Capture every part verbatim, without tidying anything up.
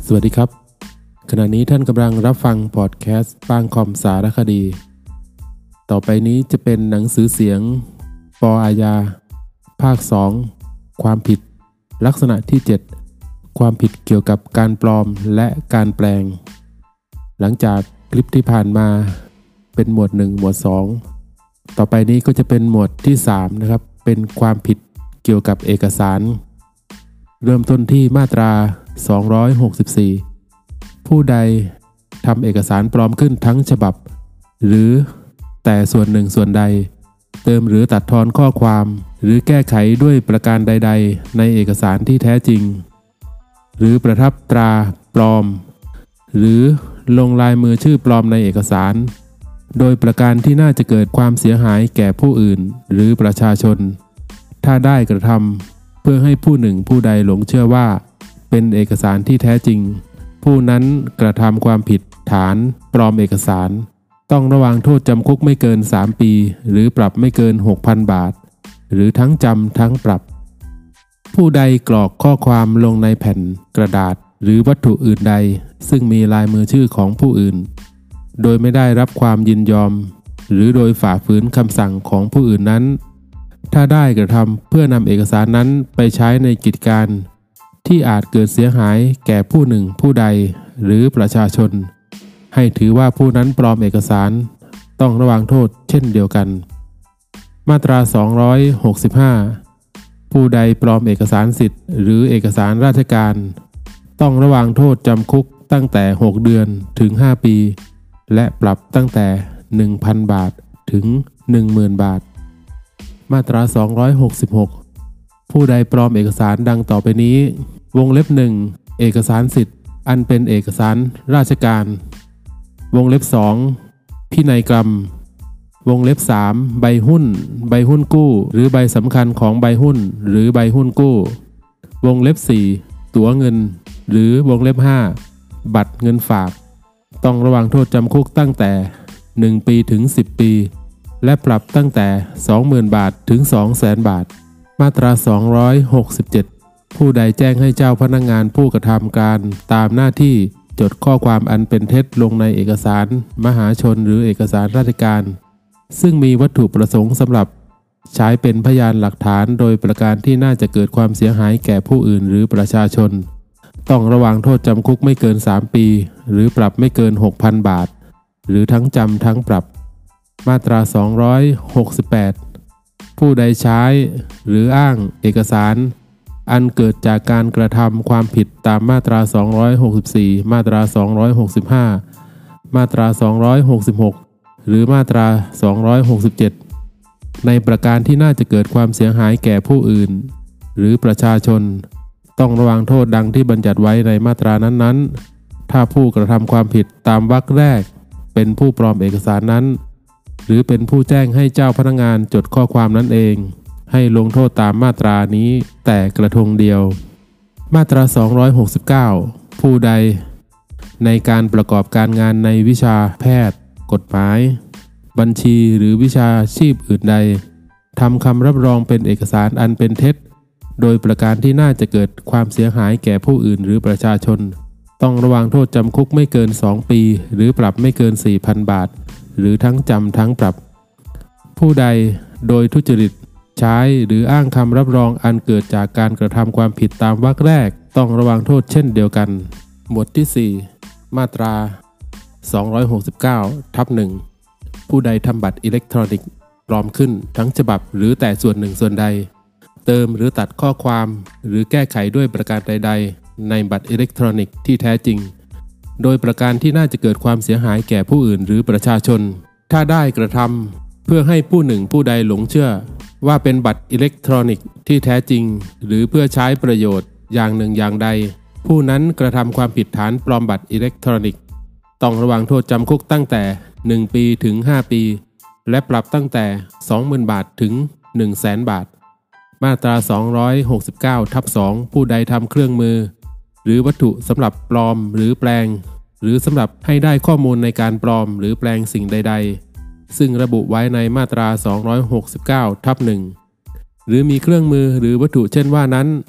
สวัสดีครับขณะนี้ท่านกำลังรับฟังพอดแคสต์ป้างคอมสารคดีต่อไปนี้จะเป็นหนังสือเสียงป.อาญาภาคสองความผิดลักษณะที่เจ็ดความผิดเกี่ยวกับการปลอมและการแปลงหลังจากคลิปที่ผ่านมาเป็นหมวดหนึ่งหมวดสองต่อไปนี้ก็จะเป็นหมวดที่สามนะครับเป็นความผิดเกี่ยวกับเอกสารเริ่มต้นที่มาตราสองร้อยหกสิบสี่ผู้ใดทำเอกสารปลอมขึ้นทั้งฉบับหรือแต่ส่วนหนึ่งส่วนใดเติมหรือตัดทอนข้อความหรือแก้ไขด้วยประการใดๆในเอกสารที่แท้จริงหรือประทับตราปลอมหรือลงลายมือชื่อปลอมในเอกสารโดยประการที่น่าจะเกิดความเสียหายแก่ผู้อื่นหรือประชาชนถ้าได้กระทำเพื่อให้ผู้หนึ่งผู้ใดหลงเชื่อว่าเป็นเอกสารที่แท้จริงผู้นั้นกระทำความผิดฐานปลอมเอกสารต้องระวางโทษจำคุกไม่เกินสามปีหรือปรับไม่เกิน หกพัน บาทหรือทั้งจำทั้งปรับผู้ใดกรอกข้อความลงในแผ่นกระดาษหรือวัตถุอื่นใดซึ่งมีลายมือชื่อของผู้อื่นโดยไม่ได้รับความยินยอมหรือโดยฝ่าฝืนคำสั่งของผู้อื่นนั้นถ้าได้กระทำเพื่อนำเอกสารนั้นไปใช้ในกิจการที่อาจเกิดเสียหายแก่ผู้หนึ่งผู้ใดหรือประชาชนให้ถือว่าผู้นั้นปลอมเอกสารต้องระวางโทษเช่นเดียวกันมาตราสองร้อยหกสิบห้าผู้ใดปลอมเอกสารสิทธิ์หรือเอกสารราชการต้องระวางโทษจำคุกตั้งแต่หกเดือนถึงห้าปีและปรับตั้งแต่ หนึ่งพัน บาทถึง หนึ่งหมื่น บาทมาตราสองร้อยหกสิบหกผู้ใดปลอมเอกสารดังต่อไปนี้วงเล็บหนึ่งเอกสารสิทธิ์อันเป็นเอกสารราชการวงเล็บสองพินัยกรรมวงเล็บสามใบหุ้นใบหุ้นกู้หรือใบสำคัญของใบหุ้นหรือใบหุ้นกู้วงเล็บสี่ตั๋วเงินหรือวงเล็บห้าบัตรเงินฝากต้องระวังโทษจำคุกตั้งแต่หนึ่งปีถึงสิบปีและปรับตั้งแต่ สองหมื่น บาทถึง สองแสน บาทมาตราสองร้อยหกสิบเจ็ดผู้ใดแจ้งให้เจ้าพนักงานผู้กระทำการตามหน้าที่จดข้อความอันเป็นเท็จลงในเอกสารมหาชนหรือเอกสารราชการซึ่งมีวัตถุประสงค์สำหรับใช้เป็นพยานหลักฐานโดยประการที่น่าจะเกิดความเสียหายแก่ผู้อื่นหรือประชาชนต้องระวางโทษจำคุกไม่เกินสามปีหรือปรับไม่เกิน หกพัน บาทหรือทั้งจำทั้งปรับมาตราสองร้อยหกสิบแปดผู้ใดใช้หรืออ้างเอกสารอันเกิดจากการกระทำความผิดตามมาตราสองร้อยหกสิบสี่มาตราสองร้อยหกสิบห้ามาตราสองร้อยหกสิบหกหรือมาตราสองร้อยหกสิบเจ็ดในประการที่น่าจะเกิดความเสียหายแก่ผู้อื่นหรือประชาชนต้องระวังโทษดังที่บัญญัติไว้ในมาตรานั้นๆถ้าผู้กระทำความผิดตามวรรคแรกเป็นผู้ปลอมเอกสารนั้นหรือเป็นผู้แจ้งให้เจ้าพนักงานจดข้อความนั้นเองให้ลงโทษตามมาตรานี้แต่กระทงเดียวมาตราสองร้อยหกสิบเก้าผู้ใดในการประกอบการงานในวิชาแพทย์กฎหมายบัญชีหรือวิชาชีพอื่นใดทำคำรับรองเป็นเอกสารอันเป็นเท็จโดยประการที่น่าจะเกิดความเสียหายแก่ผู้อื่นหรือประชาชนต้องระวางโทษจำคุกไม่เกินสองปีหรือปรับไม่เกิน สี่พัน บาทหรือทั้งจำทั้งปรับผู้ใดโดยทุจริตใช้หรืออ้างคำรับรองอันเกิดจากการกระทำความผิดตามวรรคแรกต้องระวังโทษเช่นเดียวกันหมวดที่สี่มาตราสองร้อยหกสิบเก้าทับหนึ่งผู้ใดทำบัตรอิเล็กทรอนิกส์ปลอมขึ้นทั้งฉบับหรือแต่ส่วนหนึ่งส่วนใดเติมหรือตัดข้อความหรือแก้ไขด้วยประการใดๆในบัตรอิเล็กทรอนิกส์ที่แท้จริงโดยประการที่น่าจะเกิดความเสียหายแก่ผู้อื่นหรือประชาชนถ้าได้กระทำเพื่อให้ผู้หนึ่งผู้ใดหลงเชื่อว่าเป็นบัตรอิเล็กทรอนิกส์ที่แท้จริงหรือเพื่อใช้ประโยชน์อย่างหนึ่งอย่างใดผู้นั้นกระทำความผิดฐานปลอมบัตรอิเล็กทรอนิกส์ต้องระวังโทษจำคุกตั้งแต่หนึ่งปีถึงห้าปีและปรับตั้งแต่ สองหมื่น บาทถึง หนึ่งแสน บาทมาตราสองร้อยหกสิบเก้าทับสองผู้ใดทำเครื่องมือหรือวัตถุสำหรับปลอมหรือแปลงหรือสำหรับให้ได้ข้อมูลในการปลอมหรือแปลงสิ่งใดๆซึ่งระบุไว้ในมาตราสองร้อยหกสิบเก้าทับหนึ่งหรือมีเครื่องมือหรือวัตถุเช่นว่านั้น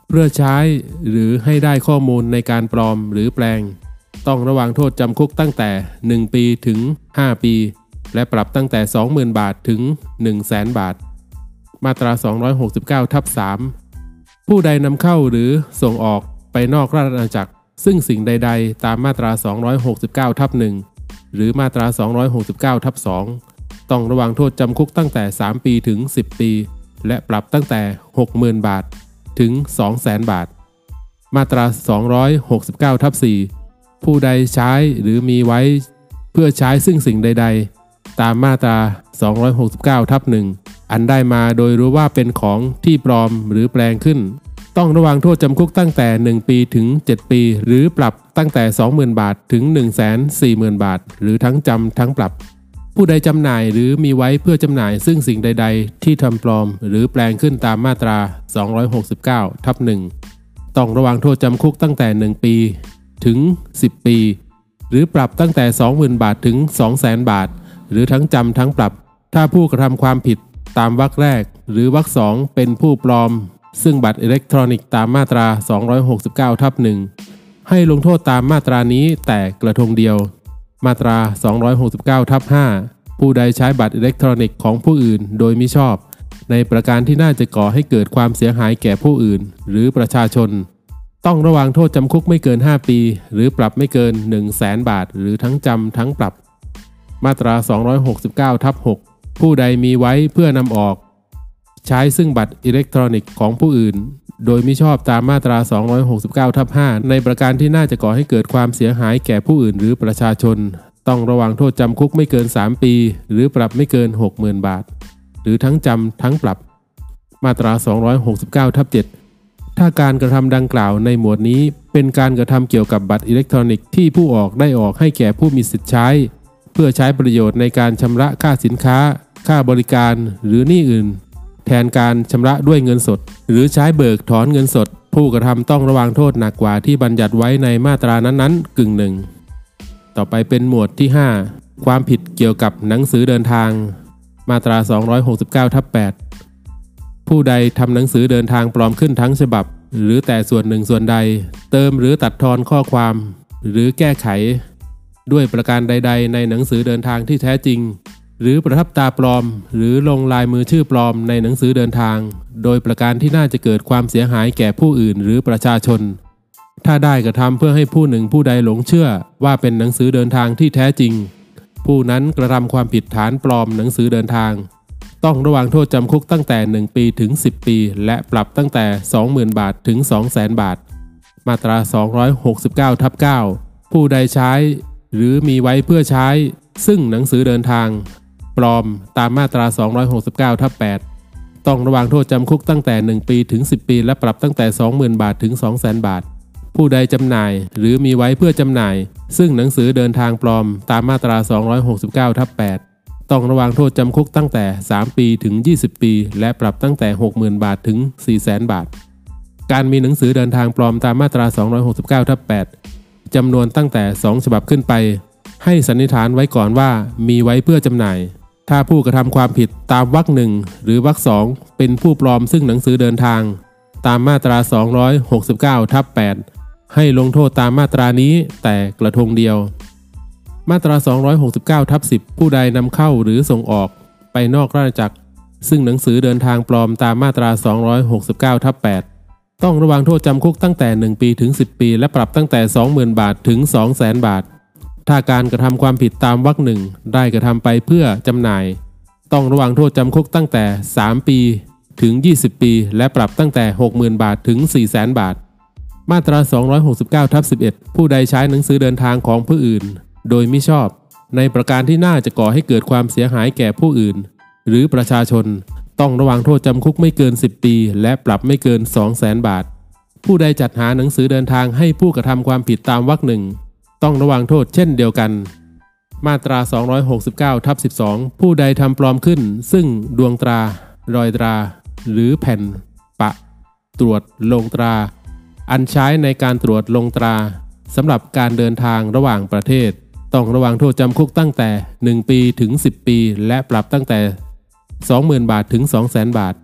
เพื่อใช้หรือให้ได้ข้อมูลในการปลอมหรือแปลงต้องระวางโทษจำคุกตั้งแต่หนึ่งปีถึงห้าปีและปรับตั้งแต่ สองหมื่น บาทถึง หนึ่งแสน บาทมาตราสองร้อยหกสิบเก้าทับสามผู้ใดนำเข้าหรือส่งออกไปนอกราชอาณาจักรซึ่งสิ่งใดๆตามมาตราสองร้อยหกสิบเก้าทับหนึ่งหรือมาตราสองร้อยหกสิบเก้าทับสองต้องระวางโทษจำคุกตั้งแต่สามปีถึงสิบปีและปรับตั้งแต่ หกหมื่น บาทถึง สองแสน บาทมาตราสองร้อยหกสิบเก้าทับสี่ผู้ใดใช้หรือมีไว้เพื่อใช้ซึ่งสิ่งใดๆตามมาตราสองร้อยหกสิบเก้าทับหนึ่งอันได้มาโดยรู้ว่าเป็นของที่ปลอมหรือแปลงขึ้นต้องระวางโทษจำคุกตั้งแต่หนึ่งปีถึงเจ็ดปีหรือปรับตั้งแต่ สองหมื่น บาทถึง หนึ่งแสนสี่หมื่น บาทหรือทั้งจำทั้งปรับผู้ใดจำหน่ายหรือมีไว้เพื่อจำหน่ายซึ่งสิ่งใดๆที่ทำปลอมหรือแปลงขึ้นตามมาตราสองร้อยหกสิบเก้าทับหนึ่งต้องระวางโทษจำคุกตั้งแต่หนึ่งปีถึงสิบปีหรือปรับตั้งแต่ สองหมื่น บาทถึง สองแสน บาทหรือทั้งจำทั้งปรับถ้าผู้กระทำความผิดตามวรรคแรกหรือวรรคสองเป็นผู้ปลอมซึ่งบัตรอิเล็กทรอนิกส์ตามมาตราสองร้อยหกสิบเก้าทับหนึ่งให้ลงโทษตามมาตรานี้แต่กระทงเดียวมาตราสองร้อยหกสิบเก้าทับห้าผู้ใดใช้บัตรอิเล็กทรอนิกส์ของผู้อื่นโดยมิชอบในประการที่น่าจะก่อให้เกิดความเสียหายแก่ผู้อื่นหรือประชาชนต้องระวางโทษจำคุกไม่เกินห้าปีหรือปรับไม่เกิน หนึ่งแสน บาทหรือทั้งจำทั้งปรับมาตราสองร้อยหกสิบเก้าทับหกผู้ใดมีไว้เพื่อนำออกใช้ซึ่งบัตรอิเล็กทรอนิกส์ของผู้อื่นโดยมิชอบตามมาตราสองร้อยหกสิบเก้าทับห้าในประการที่น่าจะก่อให้เกิดความเสียหายแก่ผู้อื่นหรือประชาชนต้องระวางโทษจำคุกไม่เกินสามปีหรือปรับไม่เกิน หกหมื่น บาทหรือทั้งจำทั้งปรับมาตราสองร้อยหกสิบเก้าทับเจ็ดถ้าการกระทำดังกล่าวในหมวดนี้เป็นการกระทำเกี่ยวกับบัตรอิเล็กทรอนิกส์ที่ผู้ออกได้ออกให้แก่ผู้มีสิทธิ์ใช้เพื่อใช้ประโยชน์ในการชำระค่าสินค้าค่าบริการหรือหนี้อื่นแทนการชำระด้วยเงินสดหรือใช้เบิกถอนเงินสดผู้กระทำต้องระวางโทษหนักกว่าที่บัญญัติไว้ในมาตรานั้นๆกึ่งหนึ่งต่อไปเป็นหมวดที่ห้าความผิดเกี่ยวกับหนังสือเดินทางมาตราสองร้อยหกสิบเก้าทับแปดผู้ใดทำหนังสือเดินทางปลอมขึ้นทั้งฉบับหรือแต่ส่วนหนึ่งส่วนใดเติมหรือตัดทอนข้อความหรือแก้ไขด้วยประการใดๆในหนังสือเดินทางที่แท้จริงหรือประทับตาปลอมหรือลงลายมือชื่อปลอมในหนังสือเดินทางโดยประการที่น่าจะเกิดความเสียหายแก่ผู้อื่นหรือประชาชนถ้าได้กระทำเพื่อให้ผู้หนึ่งผู้ใดหลงเชื่อว่าเป็นหนังสือเดินทางที่แท้จริงผู้นั้นกระทำความผิดฐานปลอมหนังสือเดินทางต้องระวางโทษจำคุกตั้งแต่หนึ่งปีถึงสิบปีและปรับตั้งแต่ สองหมื่น บาทถึง สองแสน บาทมาตราสองร้อยหกสิบเก้าทับเก้าผู้ใดใช้หรือมีไว้เพื่อใช้ซึ่งหนังสือเดินทางปลอมตามมาตราสองร้อยหกสิบเก้าทับแปดต้องระวางโทษจำคุกตั้งแต่หนึ่งปีถึงสิบปีและปรับตั้งแต่ สองหมื่น บาทถึง สองแสน บาทผู้ใดจำหน่ายหรือมีไว้เพื่อจำหน่ายซึ่งหนังสือเดินทางปลอมตามมาตราสองร้อยหกสิบเก้าทับแปดต้องระวางโทษจำคุกตั้งแต่สามปีถึงยี่สิบปีและปรับตั้งแต่ หกหมื่น บาทถึง สี่แสน บาทการมีหนังสือเดินทางปลอมตามมาตราสองร้อยหกสิบเก้าทับแปดจำนวนตั้งแต่สองฉบับขึ้นไปให้สันนิษฐานไว้ก่อนว่ามีไว้เพื่อจำหน่ายถ้าผู้กระทำความผิดตามวรรคหนึ่งหรือวรรคสองเป็นผู้ปลอมซึ่งหนังสือเดินทางตามมาตราสองร้อยหกสิบเก้าทับแปดให้ลงโทษตามมาตรานี้แต่กระทงเดียวมาตราสองร้อยหกสิบเก้าทับสิบผู้ใดนำเข้าหรือส่งออกไปนอกราชอาณาจักรซึ่งหนังสือเดินทางปลอมตามมาตราสองร้อยหกสิบเก้าทับแปดต้องระวางโทษจำคุกตั้งแต่หนึ่งปีถึงสิบปีและปรับตั้งแต่ สองหมื่น บาทถึง สองแสน บาทถ้าการกระทำความผิดตามวรรคหนึ่งได้กระทำไปเพื่อจำหน่ายต้องระวางโทษจำคุกตั้งแต่สามปีถึงยี่สิบปีและปรับตั้งแต่ หกหมื่น บาทถึง สี่แสน บาทมาตราสองร้อยหกสิบเก้าทับสิบเอ็ดผู้ใดใช้หนังสือเดินทางของผู้อื่นโดยมิชอบในประการที่น่าจะก่อให้เกิดความเสียหายแก่ผู้อื่นหรือประชาชนต้องระวางโทษจำคุกไม่เกินสิบปีและปรับไม่เกิน สองแสน บาทผู้ใดจัดหาหนังสือเดินทางให้ผู้กระทำความผิดตามวรรคหนึ่งต้องระวางโทษเช่นเดียวกันมาตราสองร้อยหกสิบเก้าทับสิบสองผู้ใดทำปลอมขึ้นซึ่งดวงตรารอยตราหรือแผ่นปะตรวจลงตราอันใช้ในการตรวจลงตราสำหรับการเดินทางระหว่างประเทศต้องระวางโทษจำคุกตั้งแต่หนึ่งปีถึงสิบปีและปรับตั้งแต่ สองหมื่น บาทถึง สองแสน บาท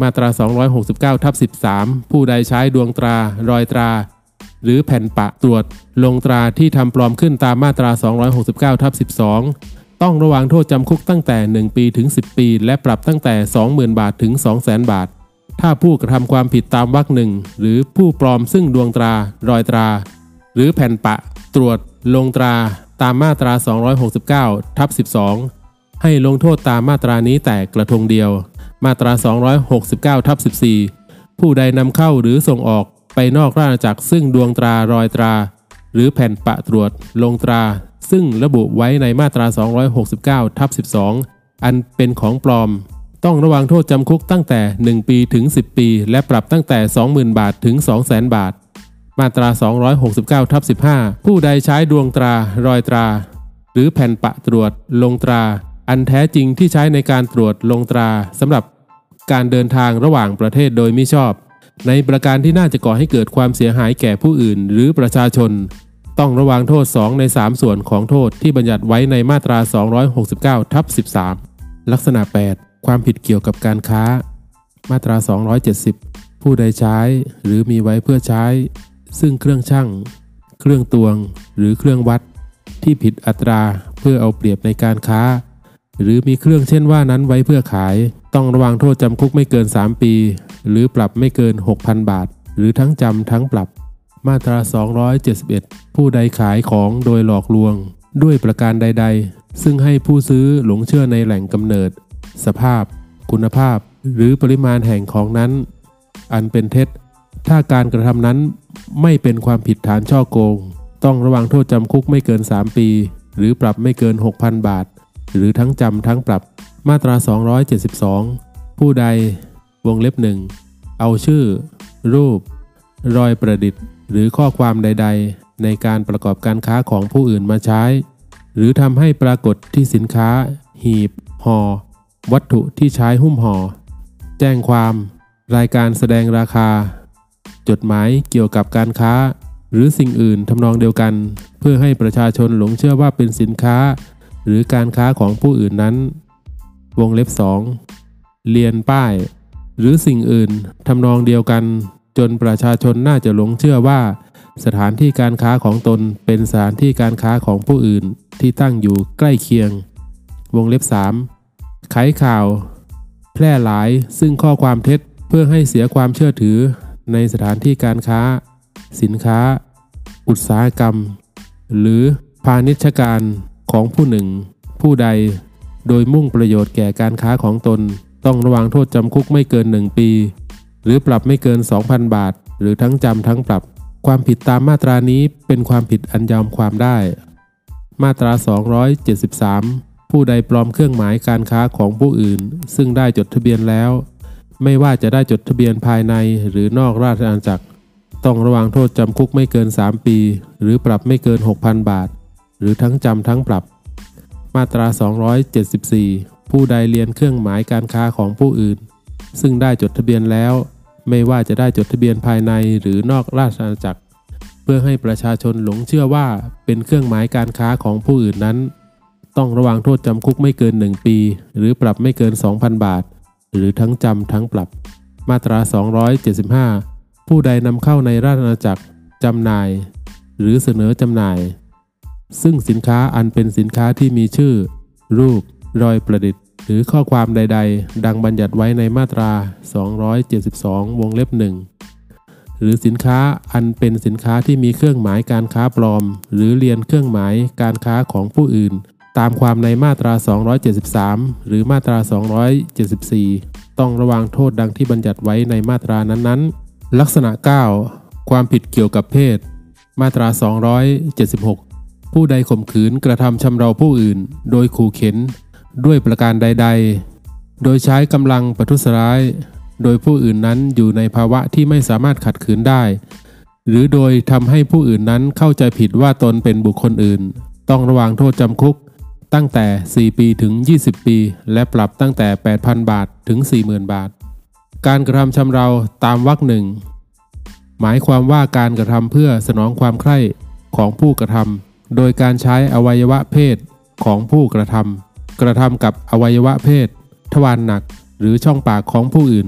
มาตราสองร้อยหกสิบเก้าทับสิบสามผู้ใดใช้ดวงตรารอยตราหรือแผ่นปะตรวจลงตราที่ทำปลอมขึ้นตามมาตราสองร้อยหกสิบเก้าทับสิบสองต้องระวางโทษจำคุกตั้งแต่หนึ่งปีถึงสิบปีและปรับตั้งแต่ สองหมื่น บาทถึง สองแสน บาทถ้าผู้กระทำความผิดตามวรรคหนึ่งหรือผู้ปลอมซึ่งดวงตรารอยตราหรือแผ่นปะตรวจลงตราตามมาตราสองร้อยหกสิบเก้าทับสิบสองให้ลงโทษตามมาตรานี้แต่กระทงเดียวมาตราสองร้อยหกสิบเก้าทับสิบสี่ผู้ใดนำเข้าหรือส่งออกไปนอกราชอาณาจักรซึ่งดวงตรารอยตราหรือแผ่นปะตรวจลงตราซึ่งระบุไว้ในมาตราสองร้อยหกสิบเก้าทับสิบสองอันเป็นของปลอมต้องระวางโทษจำคุกตั้งแต่หนึ่งปีถึงสิบปีและปรับตั้งแต่ สองหมื่น บาทถึง สองแสน บาทมาตราสองร้อยหกสิบเก้าทับสิบห้าผู้ใดใช้ดวงตรารอยตราหรือแผ่นปะตรวจลงตราอันแท้จริงที่ใช้ในการตรวจลงตราสำหรับการเดินทางระหว่างประเทศโดยมิชอบในประการที่น่าจะก่อให้เกิดความเสียหายแก่ผู้อื่นหรือประชาชนต้องระวางโทษสองในสามส่วนของโทษที่บัญญัติไว้ในมาตราสองร้อยหกสิบเก้าทับสิบสามลักษณะแปดความผิดเกี่ยวกับการค้ามาตราสองร้อยเจ็ดสิบผู้ใดใช้หรือมีไว้เพื่อใช้ซึ่งเครื่องชั่งเครื่องตวงหรือเครื่องวัดที่ผิดอัตราเพื่อเอาเปรียบในการค้าหรือมีเครื่องเช่นว่านั้นไว้เพื่อขายต้องระวางโทษจำคุกไม่เกินสามปีหรือปรับไม่เกิน หกพัน บาทหรือทั้งจำทั้งปรับมาตราสองร้อยเจ็ดสิบเอ็ดผู้ใดขายของโดยหลอกลวงด้วยประการใดๆซึ่งให้ผู้ซื้อหลงเชื่อในแหล่งกำเนิดสภาพคุณภาพหรือปริมาณแห่งของนั้นอันเป็นเท็จถ้าการกระทำนั้นไม่เป็นความผิดฐานฉ้อโกงต้องระวางโทษจำคุกไม่เกินสามปีหรือปรับไม่เกิน หกพัน บาทหรือทั้งจำทั้งปรับมาตราสองร้อยเจ็ดสิบสองผู้ใดวงเล็บหนึ่งเอาชื่อรูปรอยประดิษฐ์หรือข้อความใดๆในการประกอบการค้าของผู้อื่นมาใช้หรือทำให้ปรากฏที่สินค้าหีบห่อวัตถุที่ใช้หุ้มห่อแจ้งความรายการแสดงราคาจดหมายเกี่ยวกับการค้าหรือสิ่งอื่นทำนองเดียวกันเพื่อให้ประชาชนหลงเชื่อว่าเป็นสินค้าหรือการค้าของผู้อื่นนั้นวงเล็บสองเลียนป้ายหรือสิ่งอื่นทำนองเดียวกันจนประชาชนน่าจะหลงเชื่อว่าสถานที่การค้าของตนเป็นสถานที่การค้าของผู้อื่นที่ตั้งอยู่ใกล้เคียงวงเล็บสามไขข่าวแพร่หลายซึ่งข้อความเท็จเพื่อให้เสียความเชื่อถือในสถานที่การค้าสินค้าอุตสาหกรรมหรือพาณิชการของผู้หนึ่งผู้ใดโดยมุ่งประโยชน์แก่การค้าของตนต้องระวางโทษจำคุกไม่เกินหนึ่งปีหรือปรับไม่เกิน สองพัน บาทหรือทั้งจำทั้งปรับความผิดตามมาตรานี้เป็นความผิดอันยอมความได้มาตราสองร้อยเจ็ดสิบสามผู้ใดปลอมเครื่องหมายการค้าของผู้อื่นซึ่งได้จดทะเบียนแล้วไม่ว่าจะได้จดทะเบียนภายในหรือนอกราชอาณาจักรต้องระวางโทษจำคุกไม่เกินสามปีหรือปรับไม่เกิน หกพัน บาทหรือทั้งจำทั้งปรับมาตราสองร้อยเจ็ดสิบสี่ผู้ใดเลียนเครื่องหมายการค้าของผู้อื่นซึ่งได้จดทะเบียนแล้วไม่ว่าจะได้จดทะเบียนภายในหรือนอกราชอาณาจักรเพื่อให้ประชาชนหลงเชื่อว่าเป็นเครื่องหมายการค้าของผู้อื่นนั้นต้องระวางโทษจำคุกไม่เกินหนึ่งปีหรือปรับไม่เกิน สองพัน บาทหรือทั้งจำทั้งปรับมาตราสองร้อยเจ็ดสิบห้าผู้ใดนำเข้าในราชอาณาจักรจำหน่ายหรือเสนอจำหน่ายซึ่งสินค้าอันเป็นสินค้าที่มีชื่อรูปรอยประดิษฐ์หรือข้อความใดๆดังบัญญัติไว้ในมาตราสองร้อยเจ็ดสิบสองวงเล็บหนึ่งหรือสินค้าอันเป็นสินค้าที่มีเครื่องหมายการค้าปลอมหรือเลียนเครื่องหมายการค้าของผู้อื่นตามความในมาตราสองร้อยเจ็ดสิบสามหรือมาตราสองร้อยเจ็ดสิบสี่ต้องระวางโทษดังที่บัญญัติไว้ในมาตรานั้นๆลักษณะเก้าความผิดเกี่ยวกับเพศมาตราสองร้อยเจ็ดสิบหกผู้ใดข่มขืนกระทำชำเราผู้อื่นโดยขู่เข็นด้วยประการใดๆโดยใช้กำลังประทุษร้ายโดยผู้อื่นนั้นอยู่ในภาวะที่ไม่สามารถขัดขืนได้หรือโดยทำให้ผู้อื่นนั้นเข้าใจผิดว่าตนเป็นบุคคลอื่นต้องระวางโทษจำคุกตั้งแต่สี่ปีถึงยี่สิบปีและปรับตั้งแต่ แปดพัน บาทถึง สี่หมื่น บาทการกระทำชำเราตามวรรคหนึ่งหมายความว่าการกระทำเพื่อสนองความใคร่ของผู้กระทำโดยการใช้อวัยวะเพศของผู้กระทำกระทำกับอวัยวะเพศทวารหนักหรือช่องปากของผู้อื่น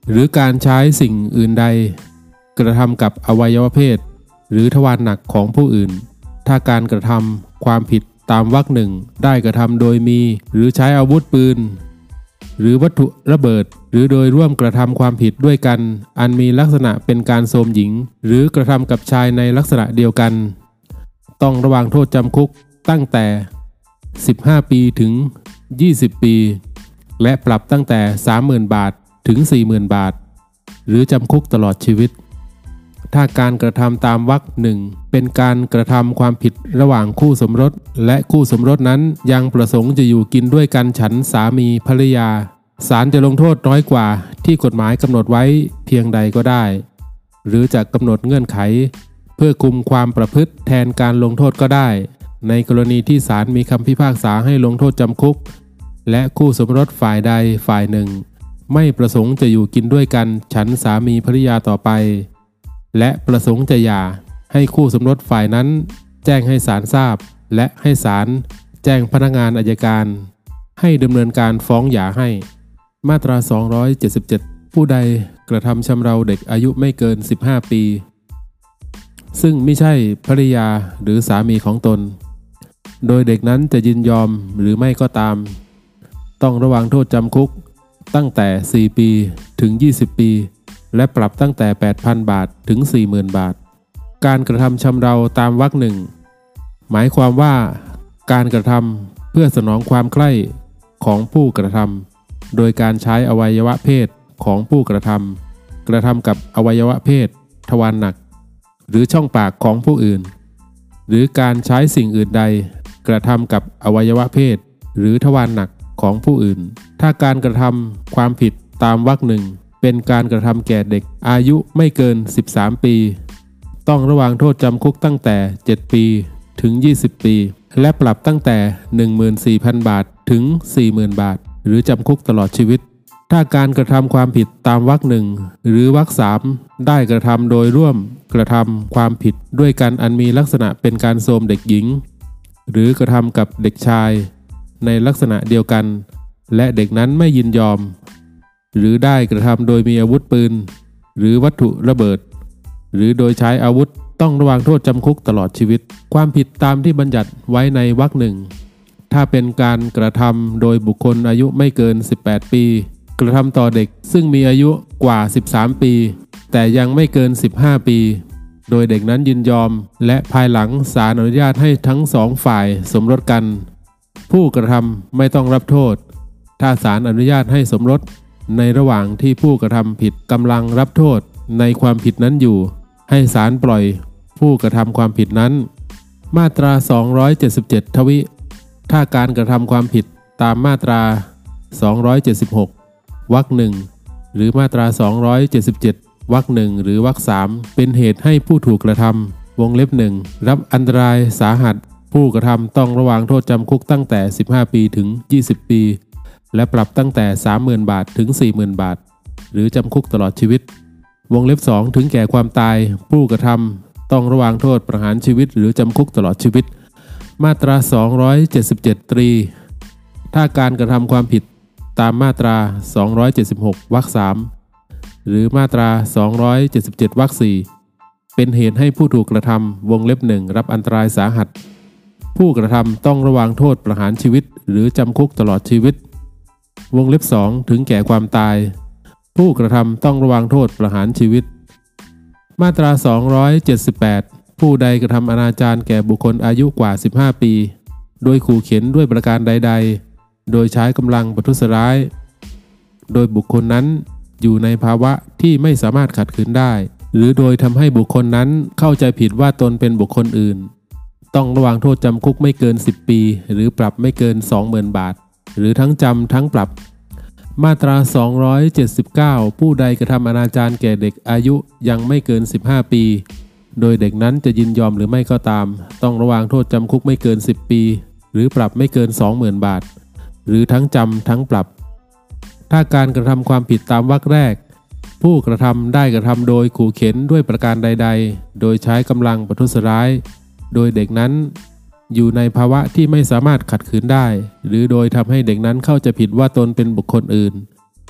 หรือการใช้สิ่งอื่นใดกระทำกับอวัยวะเพศหรือทวารหนักของผู้อื่นถ้าการกระทำความผิดตามวรรคหนึ่งได้กระทำโดยมีหรือใช้อาวุธปืนหรือวัตถุระเบิดหรือโดยร่วมกระทำความผิดด้วยกันอันมีลักษณะเป็นการโทรมหญิงหรือกระทำกับชายในลักษณะเดียวกันต้องระวางโทษจำคุกตั้งแต่สิบห้าปีถึงยี่สิบปีและปรับตั้งแต่ สามหมื่น บาทถึง สี่หมื่น บาทหรือจำคุกตลอดชีวิตถ้าการกระทำตามวรรคหนึ่งเป็นการกระทำความผิดระหว่างคู่สมรสและคู่สมรสนั้นยังประสงค์จะอยู่กินด้วยกันฉันสามีภรรยาศาลจะลงโทษน้อยกว่าที่กฎหมายกำหนดไว้เพียงใดก็ได้หรือจะกำหนดเงื่อนไขเพื่อคุมความประพฤติแทนการลงโทษก็ได้ในกรณีที่ศาลมีคำพิพากษาให้ลงโทษจำคุกและคู่สมรสฝ่ายใดฝ่ายหนึ่งไม่ประสงค์จะอยู่กินด้วยกันฉันสามีภรรยาต่อไปและประสงค์จะหย่าให้คู่สมรสฝ่ายนั้นแจ้งให้ศาลทราบและให้ศาลแจ้งพนักงานอัยการให้ดำเนินการฟ้องหย่าให้มาตราสองร้อยเจ็ดสิบเจ็ดผู้ใดกระทำชำเราเด็กอายุไม่เกินสิบห้าปีซึ่งไม่ใช่ภริยาหรือสามีของตนโดยเด็กนั้นจะยินยอมหรือไม่ก็ตามต้องระวางโทษจำคุกตั้งแต่สี่ปีถึงยี่สิบปีและปรับตั้งแต่ แปดพัน บาทถึง สี่หมื่น บาทการกระทำชำเราตามวรรคหนึ่งหมายความว่าการกระทำเพื่อสนองความใคร่ของผู้กระทำโดยการใช้อวัยวะเพศของผู้กระทำกระทำกับอวัยวะเพศทวารหนักหรือช่องปากของผู้อื่นหรือการใช้สิ่งอื่นใดกระทำกับอวัยวะเพศหรือทวารหนักของผู้อื่นถ้าการกระทำความผิดตามวรรคหนึ่งเป็นการกระทำแก่เด็กอายุไม่เกินสิบสามปีต้องระวางโทษจำคุกตั้งแต่เจ็ดปีถึงยี่สิบปีและปรับตั้งแต่ หนึ่งหมื่นสี่พัน บาทถึง สี่หมื่น บาทหรือจำคุกตลอดชีวิตถ้าการกระทำความผิดตามวรรคหนึ่งหรือวรรคสามได้กระทำโดยร่วมกระทำความผิดด้วยกันอันมีลักษณะเป็นการโทรมเด็กหญิงหรือกระทำกับเด็กชายในลักษณะเดียวกันและเด็กนั้นไม่ยินยอมหรือได้กระทำโดยมีอาวุธปืนหรือวัตถุระเบิดหรือโดยใช้อาวุธต้องระวางโทษจำคุกตลอดชีวิตความผิดตามที่บัญญัติไว้ในวรรคหนึ่งถ้าเป็นการกระทำโดยบุคคลอายุไม่เกินสิบแปดปีกระทำต่อเด็กซึ่งมีอายุกว่าสิบสามปีแต่ยังไม่เกินสิบห้าปีโดยเด็กนั้นยินยอมและภายหลังศาลอนุญาตให้ทั้งสองฝ่ายสมรสกันผู้กระทำไม่ต้องรับโทษถ้าศาลอนุญาตให้สมรสในระหว่างที่ผู้กระทำผิดกำลังรับโทษในความผิดนั้นอยู่ให้ศาลปล่อยผู้กระทำความผิดนั้นมาตราสองร้อยเจ็ดสิบเจ็ดทวิถ้าการกระทำความผิดตามมาตราสองร้อยเจ็ดสิบหกวรรคหนึ่งหรือมาตราสองร้อยเจ็ดสิบเจ็ดวรรคหนึ่งหรือวรรคสามเป็นเหตุให้ผู้ถูกกระทำวงเล็บหนึ่งรับอันตรายสาหัสผู้กระทำต้องระวางโทษจำคุกตั้งแต่สิบห้าปีถึงยี่สิบปีและปรับตั้งแต่ สามหมื่น บาทถึง สี่หมื่น บาทหรือจำคุกตลอดชีวิตวงเล็บสองถึงแก่ความตายผู้กระทำต้องระวางโทษประหารชีวิตหรือจำคุกตลอดชีวิตมาตราสองร้อยเจ็ดสิบเจ็ดตรีถ้าการกระทำความผิดตามมาตราสองร้อยเจ็ดสิบหกวรรคสามหรือมาตราสองร้อยเจ็ดสิบเจ็ดวรรคสี่เป็นเหตุให้ผู้ถูกกระทำวงเล็บหนึ่งรับอันตรายสาหัสผู้กระทำต้องระวางโทษประหารชีวิตหรือจำคุกตลอดชีวิตวงเล็บสองถึงแก่ความตายผู้กระทำต้องระวางโทษประหารชีวิตมาตราสองร้อยเจ็ดสิบแปดผู้ใดกระทำอนาจารแก่บุคคลอายุกว่าสิบห้าปีโดยขู่เข็นด้วยประการใดๆโดยใช้กำลังประทุษร้ายโดยบุคคลนั้นอยู่ในภาวะที่ไม่สามารถขัดขืนได้หรือโดยทำให้บุคคลนั้นเข้าใจผิดว่าตนเป็นบุคคลอื่นต้องระวางโทษจำคุกไม่เกินสิบปีหรือปรับไม่เกิน สองหมื่น บาทหรือทั้งจำทั้งปรับมาตราสองร้อยเจ็ดสิบเก้าผู้ใดกระทำอนาจารแก่เด็กอายุยังไม่เกินสิบห้าปีโดยเด็กนั้นจะยินยอมหรือไม่ก็ตามต้องระวางโทษจำคุกไม่เกินสิบปีหรือปรับไม่เกิน สองหมื่น บาทหรือทั้งจำทั้งปรับถ้าการกระทำความผิดตามวรรคแรกผู้กระทำได้กระทำโดยขู่เข็นด้วยประการใดๆโดยใช้กำลังประทุษร้ายโดยเด็กนั้นอยู่ในภาวะที่ไม่สามารถขัดขืนได้หรือโดยทำให้เด็กนั้นเข้าใจผิดว่าตนเป็นบุคคลอื่น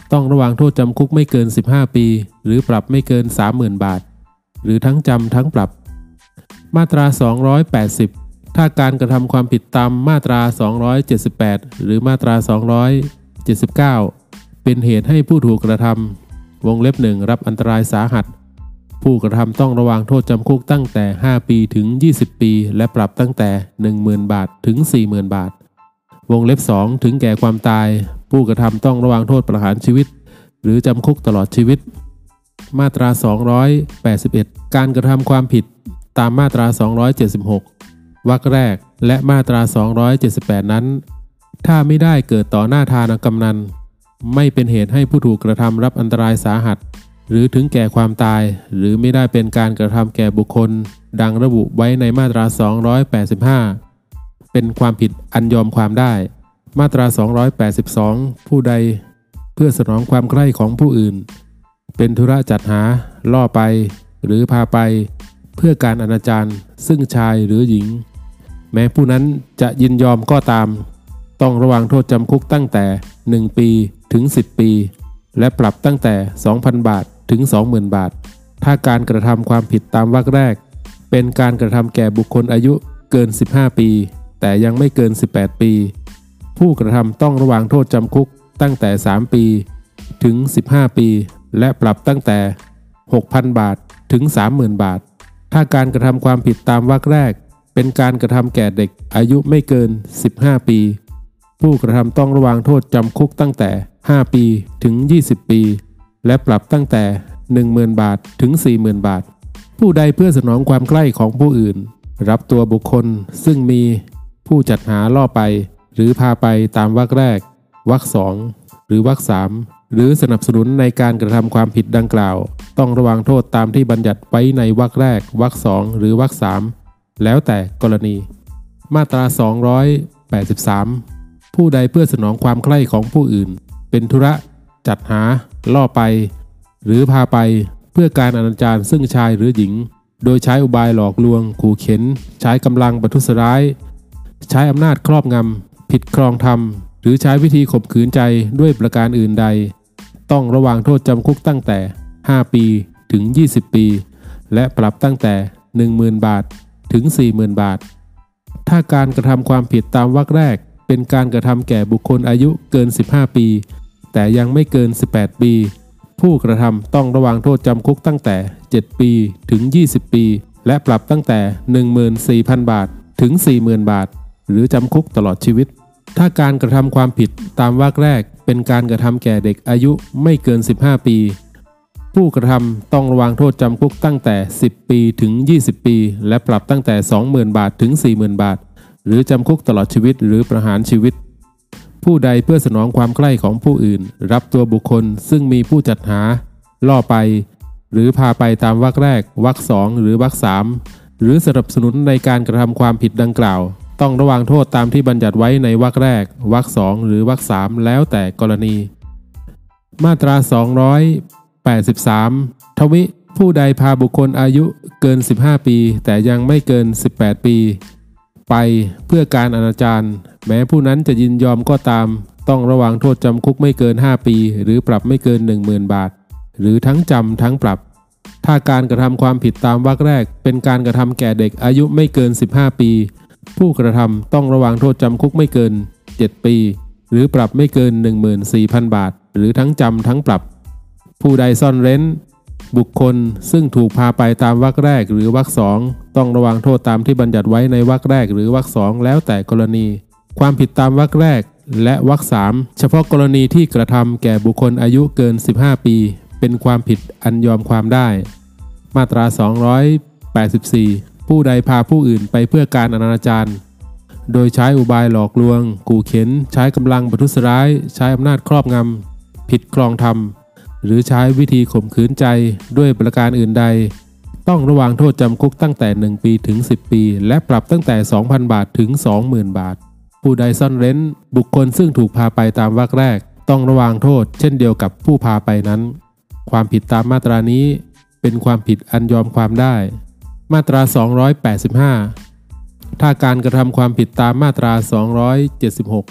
ต้องระวางโทษจำคุกไม่เกินสิบห้าปีหรือปรับไม่เกิน สามหมื่น บาทหรือทั้งจำทั้งปรับมาตราสองร้อยแปดสิบถ้าการกระทำความผิดตามมาตราสองร้อยเจ็ดสิบแปดหรือมาตราสองร้อยเจ็ดสิบเก้าเป็นเหตุให้ผู้ถูกกระทำวงเล็บหนึ่งรับอันตรายสาหัสผู้กระทำต้องระวางโทษจำคุกตั้งแต่ห้าปีถึงยี่สิบปีและปรับตั้งแต่ หนึ่งหมื่น บาทถึง สี่หมื่น บาทวงเล็บสองถึงแก่ความตายผู้กระทำต้องระวางโทษประหารชีวิตหรือจำคุกตลอดชีวิตมาตราสองร้อยแปดสิบเอ็ดการกระทำความผิดตามมาตราสองร้อยเจ็ดสิบหกวรรคแรกและมาตราสองร้อยเจ็ดสิบแปดนั้นถ้าไม่ได้เกิดต่อหน้าทานกำนันไม่เป็นเหตุให้ผู้ถูกกระทำรับอันตรายสาหัสหรือถึงแก่ความตายหรือไม่ได้เป็นการกระทำแก่บุคคลดังระบุไว้ในมาตราสองร้อยแปดสิบห้าเป็นความผิดอันยอมความได้มาตราสองร้อยแปดสิบสองผู้ใดเพื่อสนองความใคร่ของผู้อื่นเป็นธุระจัดหาล่อไปหรือพาไปเพื่อการอนาจารซึ่งชายหรือหญิงแม้ผู้นั้นจะยินยอมก็ตามต้องระวางโทษจำคุกตั้งแต่หนึ่งปีถึงสิบปีและปรับตั้งแต่ สองพัน บาทถึง สองหมื่น บาทถ้าการกระทำความผิดตามวรรคแรกเป็นการกระทำแก่บุคคลอายุเกินสิบห้าปีแต่ยังไม่เกินสิบแปดปีผู้กระทำต้องระวางโทษจำคุกตั้งแต่สามปีถึงสิบห้าปีและปรับตั้งแต่ หกพัน บาทถึง สามหมื่น บาทถ้าการกระทำความผิดตามวรรคแรกเป็นการกระทำแก่เด็กอายุไม่เกินสิบห้าปีผู้กระทำต้องระวางโทษจำคุกตั้งแต่ห้าปีถึงยี่สิบปีและปรับตั้งแต่ หนึ่งหมื่น บาทถึง สี่หมื่น บาทผู้ใดเพื่อสนองความใกล้ของผู้อื่นรับตัวบุคคลซึ่งมีผู้จัดหาล่อไปหรือพาไปตามวรรคแรกวรรคสองหรือวรรคสามหรือสนับสนุนในการกระทำความผิดดังกล่าวต้องระวางโทษตามที่บัญญัติไว้ในวรรคแรกวรรคสองหรือวรรคสามแล้วแต่กรณีมาตราสองร้อยแปดสิบสามผู้ใดเพื่อสนองความใคร่ของผู้อื่นเป็นธุระจัดหาล่อไปหรือพาไปเพื่อการอนาจารซึ่งชายหรือหญิงโดยใช้อุบายหลอกลวงขู่เข็นใช้กำลังประทุษร้ายใช้อำนาจครอบงำผิดครองธรรมหรือใช้วิธีข่มขืนใจด้วยประการอื่นใดต้องระวางโทษจำคุกตั้งแต่ห้าปีถึงยี่สิบปีและปรับตั้งแต่ หนึ่งหมื่น บาทถึง สี่หมื่น บาทถ้าการกระทำความผิดตามวรรคแรกเป็นการกระทำแก่บุคคลอายุเกินสิบห้าปีแต่ยังไม่เกินสิบแปดปีผู้กระทำต้องระวางโทษจำคุกตั้งแต่เจ็ดปีถึงยี่สิบปีและปรับตั้งแต่ หนึ่งหมื่นสี่พัน บาทถึง สี่หมื่น บาทหรือจำคุกตลอดชีวิตถ้าการกระทำความผิดตามวรรคแรกเป็นการกระทำแก่เด็กอายุไม่เกินสิบห้าปีผู้กระทำต้องระวางโทษจำคุกตั้งแต่สิบปีถึงยี่สิบปีและปรับตั้งแต่ สองหมื่น บาทถึง สี่หมื่น บาทหรือจำคุกตลอดชีวิตหรือประหารชีวิตผู้ใดเพื่อสนองความใคร่ของผู้อื่นรับตัวบุคคลซึ่งมีผู้จัดหาล่อไปหรือพาไปตามวรรคแรกวรรคสองหรือวรรคสามหรือสนับสนุนในการกระทำความผิดดังกล่าวต้องระวางโทษตามที่บัญญัติไว้ในวรรคแรกวรรคสองหรือวรรคสามแล้วแต่กรณีมาตราสองร้อยแปดสิบสามทวิผู้ใดพาบุคคลอายุเกินสิบห้าปีแต่ยังไม่เกินสิบแปดปีไปเพื่อการอนาจารแม้ผู้นั้นจะยินยอมก็ตามต้องระวางโทษจำคุกไม่เกินห้าปีหรือปรับไม่เกิน หนึ่งหมื่น บาทหรือทั้งจำทั้งปรับถ้าการกระทำความผิดตามวรรคแรกเป็นการกระทำแก่เด็กอายุไม่เกินสิบห้าปีผู้กระทำต้องระวางโทษจำคุกไม่เกินเจ็ดปีหรือปรับไม่เกิน หนึ่งหมื่นสี่พัน บาทหรือทั้งจำทั้งปรับผู้ใดซ่อนเร้นบุคคลซึ่งถูกพาไปตามวรรคแรกหรือวรรคสองต้องระวางโทษตามที่บัญญัติไว้ในวรรคแรกหรือวรรคสองแล้วแต่กรณีความผิดตามวรรคแรกและวรรคสามเฉพาะกรณีที่กระทำแก่บุคคลอายุเกินสิบห้าปีเป็นความผิดอันยอมความได้มาตราสองร้อยแปดสิบสี่ผู้ใดพาผู้อื่นไปเพื่อการอนาจารโดยใช้อุบายหลอกลวงขู่เข็นใช้กำลังประทุษร้ายใช้อำนาจครอบงำผิดครองธรรมหรือใช้วิธีข่มขืนใจด้วยประการอื่นใดต้องระวางโทษจำคุกตั้งแต่หนึ่งปีถึงสิบปีและปรับตั้งแต่ สองพัน บาทถึง สองหมื่น บาทผู้ใดซ่อนเร้นบุคคลซึ่งถูกพาไปตามวรรคแรกต้องระวางโทษเช่นเดียวกับผู้พาไปนั้นความผิดตามมาตรานี้เป็นความผิดอันยอมความได้มาตราสองร้อยแปดสิบห้าถ้าการกระทำความผิดตามมาตราสองร้อยเจ็ดสิบหก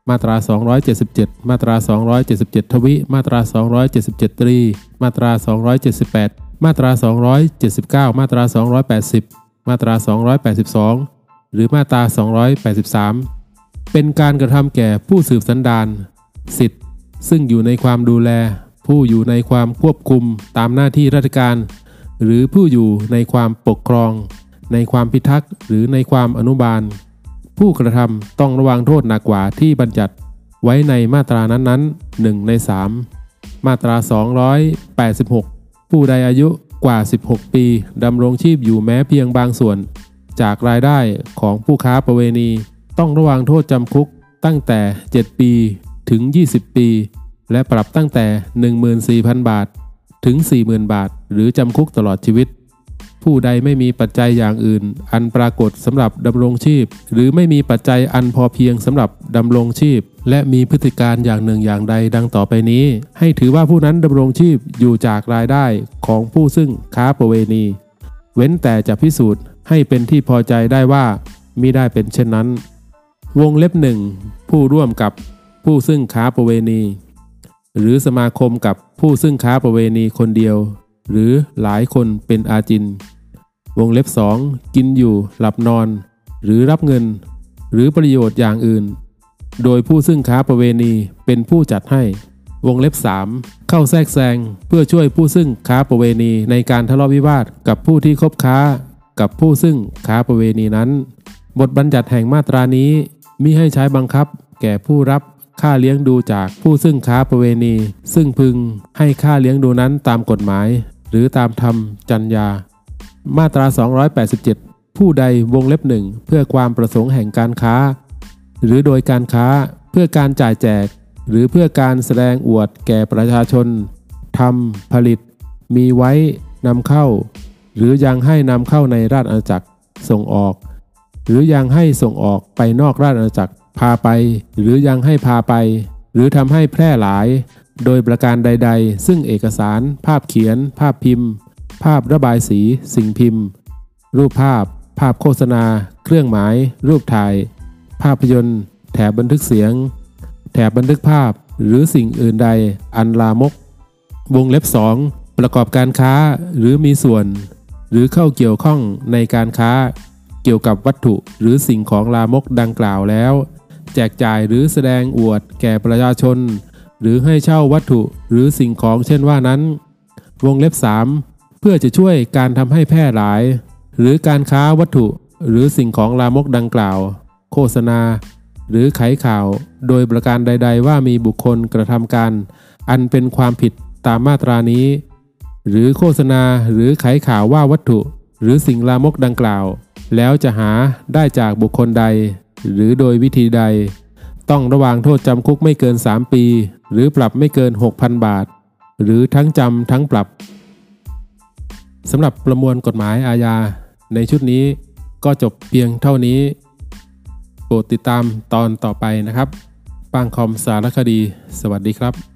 มาตราสองร้อยเจ็ดสิบเจ็ดมาตราสองร้อยเจ็ดสิบเจ็ดทวิมาตราสองร้อยเจ็ดสิบเจ็ดตรีมาตราสองร้อยเจ็ดสิบแปดมาตราสองร้อยเจ็ดสิบเก้ามาตราสองร้อยแปดสิบมาตราสองร้อยแปดสิบสองหรือมาตราสองร้อยแปดสิบสามเป็นการกระทำแก่ผู้สืบสันดานสิทธิ์ซึ่งอยู่ในความดูแลผู้อยู่ในความควบคุมตามหน้าที่ราชการหรือผู้อยู่ในความปกครองในความพิทักษ์หรือในความอนุบาลผู้กระทำต้องระวังโทษหนักกว่าที่บัญญัติไว้ในมาตรานั้นๆหนึ่งในสามมาตราสองร้อยแปดสิบหกผู้ใดอายุกว่าสิบหกปีดำรงชีพอยู่แม้เพียงบางส่วนจากรายได้ของผู้ค้าประเวณีต้องระวังโทษจำคุกตั้งแต่เจ็ดปีถึงยี่สิบปีและปรับตั้งแต่ หนึ่งหมื่นสี่พัน บาทถึง สี่หมื่น บาทหรือจำคุกตลอดชีวิตผู้ใดไม่มีปัจจัยอย่างอื่นอันปรากฏสำหรับดำรงชีพหรือไม่มีปัจจัยอันพอเพียงสำหรับดำรงชีพและมีพฤติการอย่างหนึ่งอย่างใดดังต่อไปนี้ให้ถือว่าผู้นั้นดำรงชีพอยู่จากรายได้ของผู้ซึ่งค้าประเวณีเว้นแต่จะพิสูจน์ให้เป็นที่พอใจได้ว่ามิได้เป็นเช่นนั้นวงเล็บหนึ่งผู้ร่วมกับผู้ซึ่งค้าประเวณีหรือสมาคมกับผู้ซึ่งค้าประเวณีคนเดียวหรือหลายคนเป็นอาจินวงเล็บสองกินอยู่หลับนอนหรือรับเงินหรือประโยชน์อย่างอื่นโดยผู้ซึ่งค้าประเวณีเป็นผู้จัดให้วงเล็บสามเข้าแทรกแซงเพื่อช่วยผู้ซึ่งค้าประเวณีในการทะเลาะวิวาทกับผู้ที่คบค้ากับผู้ซึ่งค้าประเวณีนั้นบทบัญญัติแห่งมาตรานี้มิให้ใช้บังคับแก่ผู้รับค่าเลี้ยงดูจากผู้ซึ่งค้าประเวณีซึ่งพึงให้ค่าเลี้ยงดูนั้นตามกฎหมายหรือตามธรรมจรรยามาตราสองร้อยแปดสิบเจ็ดผู้ใดวงเล็บหนึ่งเพื่อความประสงค์แห่งการค้าหรือโดยการค้าเพื่อการจ่ายแจกหรือเพื่อการแสดงอวดแก่ประชาชนทำผลิตมีไว้นำเข้าหรือยังให้นำเข้าในราชอาณาจักรส่งออกหรือยังให้ส่งออกไปนอกราชอาณาจักรพาไปหรือยังให้พาไปหรือทำให้แพร่หลายโดยประการใดๆซึ่งเอกสารภาพเขียนภาพพิมพ์ภาพระบายสีสิ่งพิมพ์รูปภาพภาพโฆษณาเครื่องหมายรูปถ่ายภาพยนตร์แถบบันทึกเสียงแถบบันทึกภาพหรือสิ่งอื่นใดอันลามกวงเล็บสองประกอบการค้าหรือมีส่วนหรือเข้าเกี่ยวข้องในการค้าเกี่ยวกับวัตถุหรือสิ่งของลามกดังกล่าวแล้วแจกจ่ายหรือแสดงอวดแก่ประชาชนหรือให้เช่าวัตถุหรือสิ่งของเช่นว่านั้นวงเล็บสามเพื่อจะช่วยการทำให้แพร่หลายหรือการค้าวัตถุหรือสิ่งของลามกดังกล่าวโฆษณาหรือไขข่าวโดยประการใดๆว่ามีบุคคลกระทำการอันเป็นความผิดตามมาตรานี้หรือโฆษณาหรือไขข่าวว่าวัตถุหรือสิ่งลามกดังกล่าวแล้วจะหาได้จากบุคคลใดหรือโดยวิธีใดต้องระวางโทษจำคุกไม่เกินสามปีหรือปรับไม่เกิน หกพัน บาทหรือทั้งจำทั้งปรับสำหรับประมวลกฎหมายอาญาในชุดนี้ก็จบเพียงเท่านี้โปรดติดตามตอนต่อไปนะครับปางคอมสารคดีสวัสดีครับ